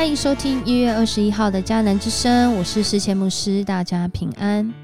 欢迎收听1月21号的迦南之声，我是世谦牧师，大家平安。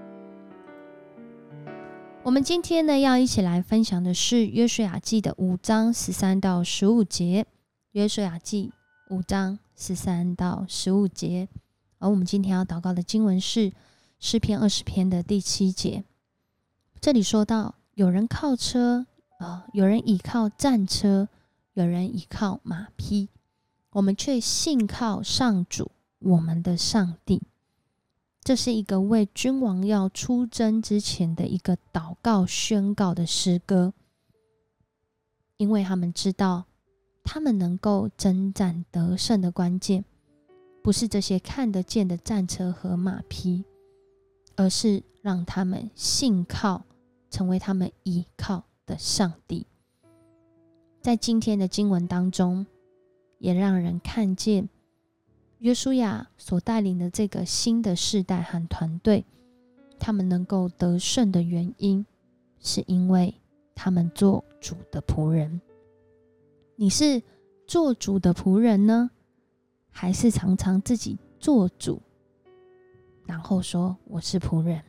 我们今天呢要一起来分享的是约书亚记的5章13到15节。约书亚记5章13到15节，而我们今天要祷告的经文是诗篇20篇的第7节。这里说到，有人靠车，有人倚靠战车，有人倚靠马匹，我们却信靠上主我们的上帝。这是一个为君王要出征之前的一个祷告宣告的诗歌，因为他们知道他们能够征战得胜的关键不是这些看得见的战车和马匹，而是让他们信靠成为他们依靠的上帝。在今天的经文当中，也让人看见约书亚所带领的这个新的世代和团队，他们能够得胜的原因，是因为他们做主的仆人。你是做主的仆人呢，还是常常自己做主，然后说我是仆人？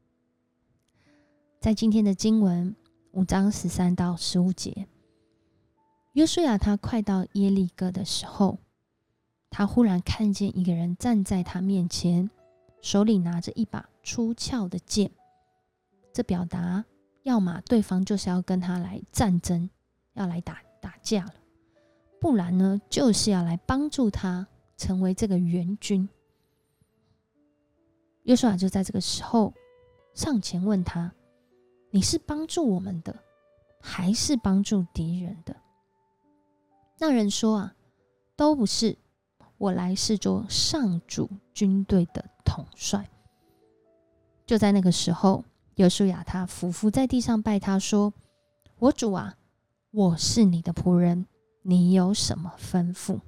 在今天的经文5章13到15节，约书亚他快到耶利哥的时候，他忽然看见一个人站在他面前，手里拿着一把出鞘的剑。这表达要么对方就是要跟他来战争，要来打架了，不然呢就是要来帮助他成为这个援军。约书亚就在这个时候上前问他，你是帮助我们的，还是帮助敌人的？那人说都不是，我来是做上主军队的统帅。就在那个时候，约书亚他俯伏在地上拜他说，我主啊，我是你的仆人，你有什么吩咐？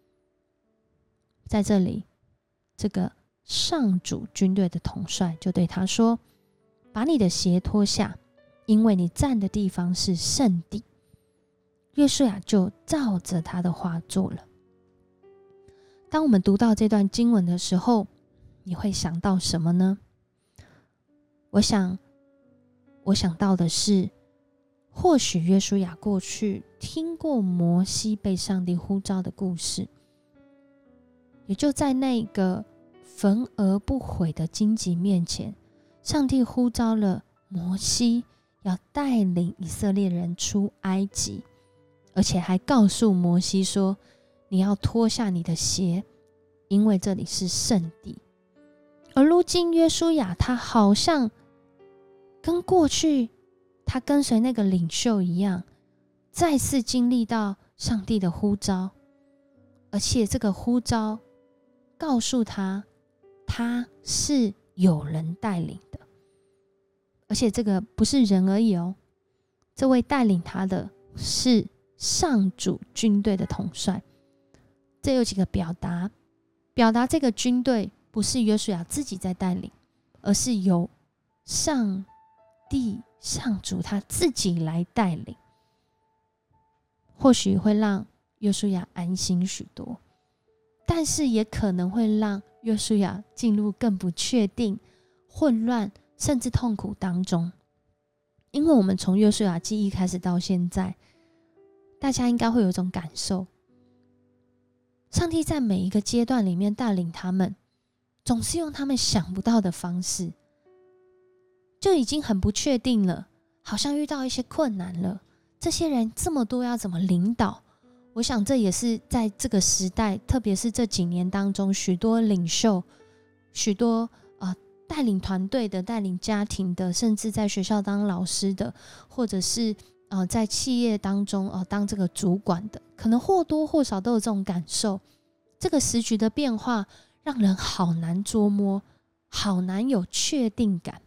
在这里，这个上主军队的统帅就对他说，把你的鞋脱下，因为你站的地方是圣地。约书亚就照着他的话做了。当我们读到这段经文的时候，你会想到什么呢？我想到的是，或许约书亚过去听过摩西被上帝呼召的故事，也就在那个焚而不毁的荆棘面前，上帝呼召了摩西要带领以色列人出埃及，而且还告诉摩西说，你要脱下你的鞋，因为这里是圣地。而如今约书亚他好像跟过去他跟随那个领袖一样，再次经历到上帝的呼召，而且这个呼召告诉他，他是有人带领的，而且这个不是人而已哦，这位带领他的是上主军队的统帅。这有几个表达这个军队不是约书亚自己在带领，而是由上帝上主他自己来带领，或许会让约书亚安心许多，但是也可能会让约书亚进入更不确定、混乱甚至痛苦当中。因为我们从约书亚记忆开始到现在，大家应该会有一种感受，上帝在每一个阶段里面带领他们，总是用他们想不到的方式，就已经很不确定了，好像遇到一些困难了，这些人这么多要怎么领导？我想这也是在这个时代，特别是这几年当中，许多领袖，许多带领团队的、带领家庭的，甚至在学校当老师的，或者是在企业当中当这个主管的，可能或多或少都有这种感受。这个时局的变化让人好难捉摸，好难有确定感。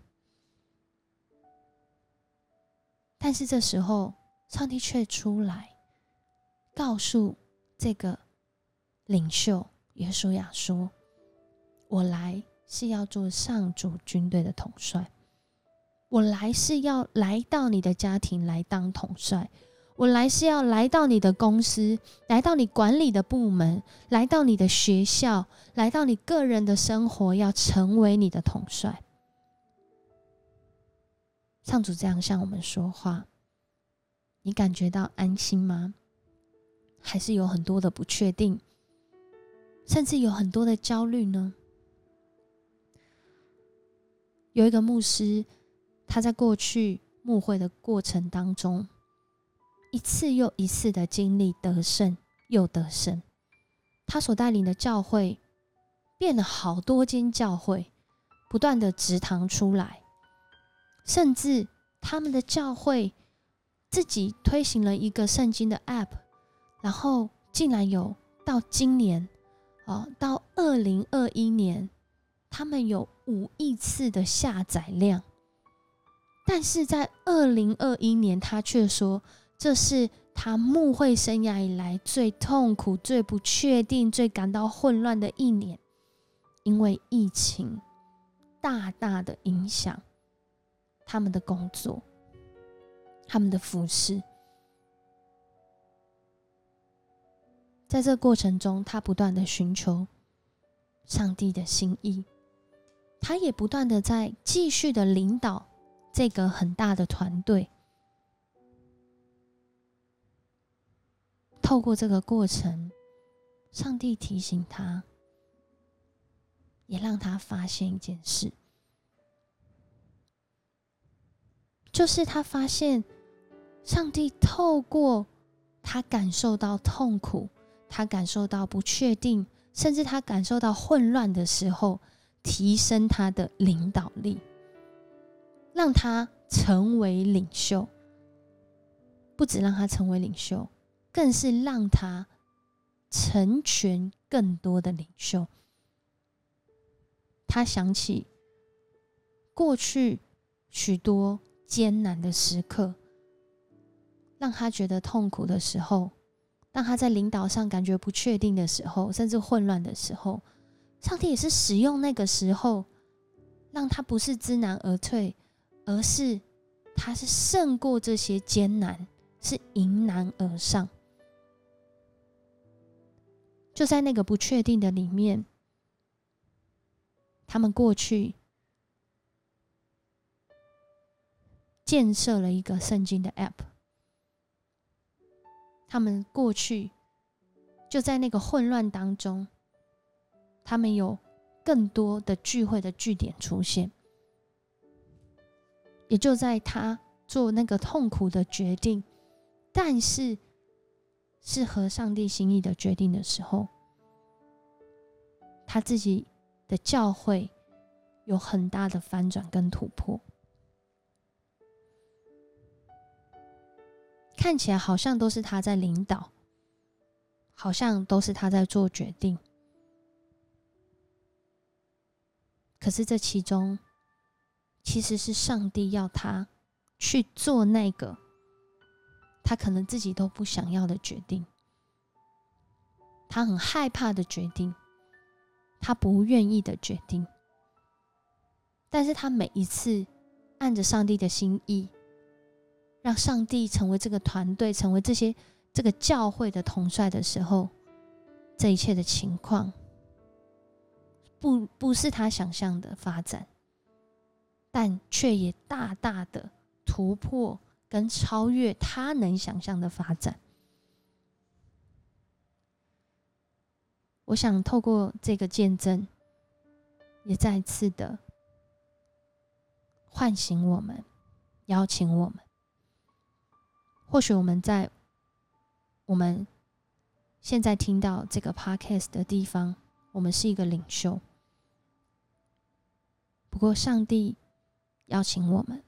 但是这时候，上帝却出来告诉这个领袖约书亚说，我来是要做上主军队的统帅，我来是要来到你的家庭来当统帅， 我来是要来到你的公司，来到你管理的部门，来到你的学校，来到你个人的生活，要成为你的统帅。上主这样向我们说话，你感觉到安心吗？还是有很多的不确定，甚至有很多的焦虑呢？有一个牧师，他在过去牧会的过程当中，一次又一次的经历得胜又得胜。他所带领的教会变了好多间教会，不断的植堂出来，甚至他们的教会自己推行了一个圣经的 App， 然后竟然有到今年到2021年，他们有5亿次的下载量。但是在2021年，他却说这是他牧会生涯以来最痛苦、最不确定、最感到混乱的一年，因为疫情大大的影响他们的工作、他们的服事。在这个过程中，他不断的寻求上帝的心意，他也不断的在继续的领导这个很大的团队。透过这个过程，上帝提醒他，也让他发现一件事，就是他发现上帝透过他感受到痛苦，他感受到不确定，甚至他感受到混乱的时候，提升他的领导力，让他成为领袖。不只让他成为领袖，更是让他成全更多的领袖。他想起过去许多艰难的时刻，让他觉得痛苦的时候，当他在领导上感觉不确定的时候，甚至混乱的时候，上帝也是使用那个时候，让他不是知难而退，而是他是胜过这些艰难，是迎难而上。就在那个不确定的里面，他们过去建设了一个圣经的 App， 他们过去就在那个混乱当中，他们有更多的聚会的据点出现。也就在他做那个痛苦的决定，但是是合上帝心意的决定的时候，他自己的教会有很大的翻转跟突破。看起来好像都是他在领导，好像都是他在做决定，可是这其中其实是上帝要他去做那个他可能自己都不想要的决定，他很害怕的决定，他不愿意的决定。但是他每一次按着上帝的心意，让上帝成为这个团队，成为这个教会的统帅的时候，这一切的情况不是他想象的发展，但却也大大的突破跟超越他能想象的发展。我想透过这个见证，也再次的唤醒我们，邀请我们。或许我们在我们现在听到这个 podcast 的地方，我们是一个领袖，不过上帝邀请我们，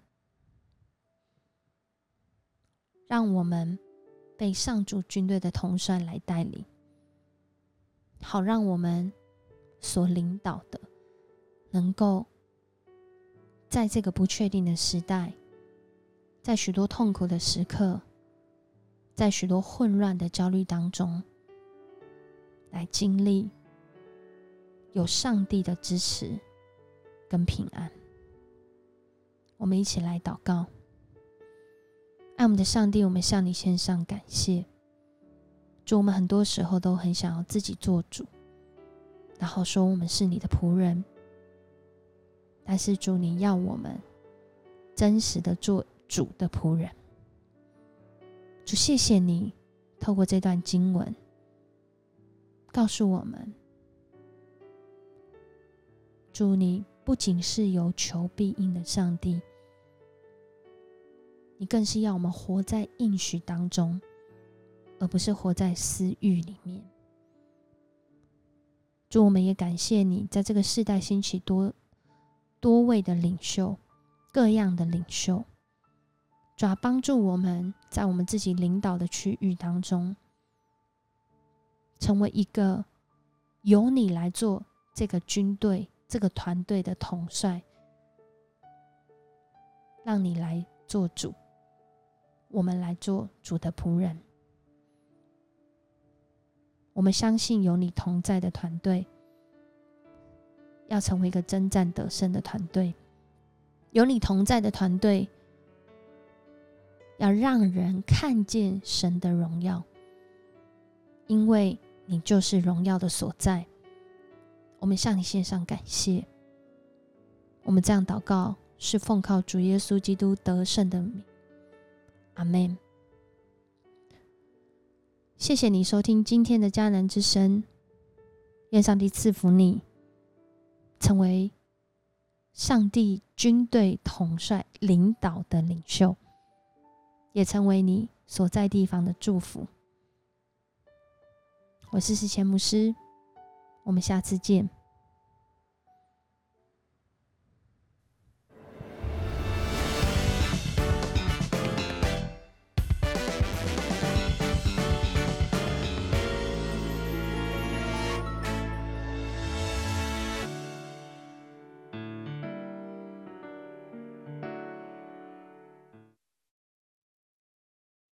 让我们被上主军队的统帅来带领，好让我们所领导的能够在这个不确定的时代，在许多痛苦的时刻，在许多混乱的焦虑当中，来经历有上帝的支持跟平安。我们一起来祷告。爱我们的上帝，我们向你献上感谢。主，我们很多时候都很想要自己做主，然后说我们是你的仆人，但是主，你要我们真实的做主的仆人。主，谢谢你透过这段经文告诉我们，主，你不仅是有求必应的上帝，你更是要我们活在应许当中，而不是活在私欲里面。主，我们也感谢你在这个世代兴起多位的领袖，各样的领袖。主，帮助我们在我们自己领导的区域当中，成为一个由你来做这个军队、这个团队的统帅，让你来做主，我们来做主的仆人。我们相信有你同在的团队，要成为一个征战得胜的团队。有你同在的团队，要让人看见神的荣耀，因为你就是荣耀的所在。我们向你献上感谢。我们这样祷告，是奉靠主耶稣基督得胜的名。阿们。谢谢你收听今天的迦南之声，愿上帝赐福你，成为上帝军队统帅领导的领袖，也成为你所在地方的祝福。我是思谦牧师，我们下次见。